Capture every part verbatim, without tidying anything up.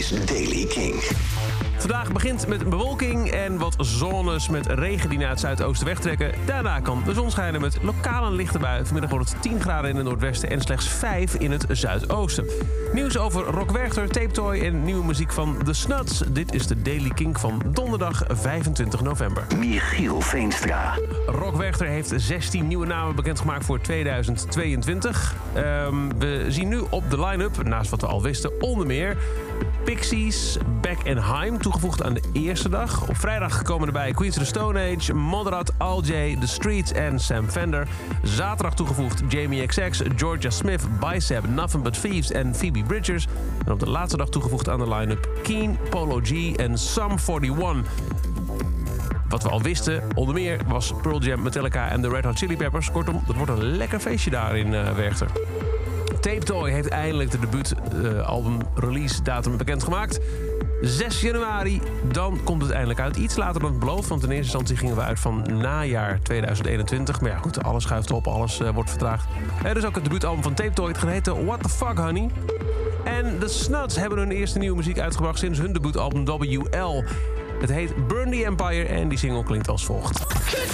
is Daily Kink. Vandaag begint met bewolking en wat zones met regen die naar het zuidoosten wegtrekken. Daarna kan de zon schijnen met lokale lichte bui. Vanmiddag wordt het tien graden in het noordwesten en slechts vijf in het zuidoosten. Nieuws over Rock Werchter, Tape Toy en nieuwe muziek van The Snuts. Dit is de Daily Kink van donderdag vijfentwintig november. Michiel Veenstra. Rock Werchter heeft zestien nieuwe namen bekendgemaakt voor tweeduizend tweeëntwintig. Um, we zien nu op de line-up, naast wat we al wisten, onder meer Pixies, Beck en Haim, toegevoegd aan de eerste dag. Op vrijdag komen erbij Queens of the Stone Age, Moderat, Al J, The Streets en Sam Fender. Zaterdag toegevoegd Jamie X X, Georgia Smith, Bicep, Nothing But Thieves en Phoebe Bridgers. En op de laatste dag toegevoegd aan de line-up Keen, Polo G en Sum eenenveertig. Wat we al wisten, onder meer, was Pearl Jam, Metallica en de Red Hot Chili Peppers. Kortom, dat wordt een lekker feestje daar in uh, Werchter. Tape Toy heeft eindelijk de debuutalbum uh, release datum bekendgemaakt. zes januari, dan komt het eindelijk uit. Iets later dan beloofd, want in eerste instantie gingen we uit van najaar tweeduizend eenentwintig. Maar ja, goed, alles schuift op, alles uh, wordt vertraagd. Er is ook het debuutalbum van Tape Toy, het geheten What the Fuck Honey. En The Snuts hebben hun eerste nieuwe muziek uitgebracht sinds hun debuutalbum W L. Het heet Burn the Empire en die single klinkt als volgt.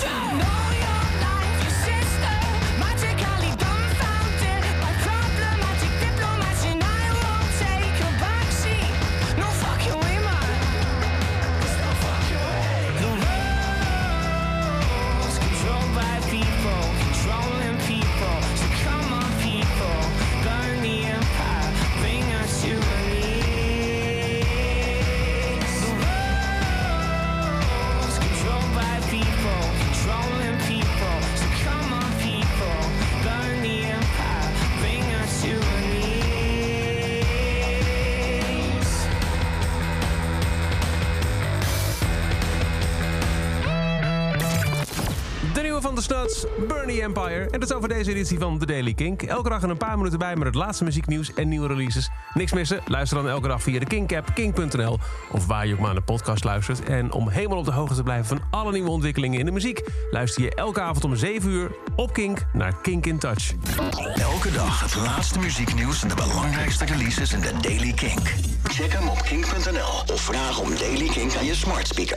De nieuwe van de Snuts, Burn the Empire. En dat is over deze editie van The Daily Kink. Elke dag een paar minuten bij met het laatste muzieknieuws en nieuwe releases. Niks missen? Luister dan elke dag via de Kink-app, kink punt n l... of waar je ook maar naar de podcast luistert. En om helemaal op de hoogte te blijven van alle nieuwe ontwikkelingen in de muziek, luister je elke avond om zeven uur op Kink naar Kink in Touch. Elke dag het laatste muzieknieuws en de belangrijkste releases in de Daily Kink. Check hem op kink punt n l of vraag om Daily Kink aan je smart speaker.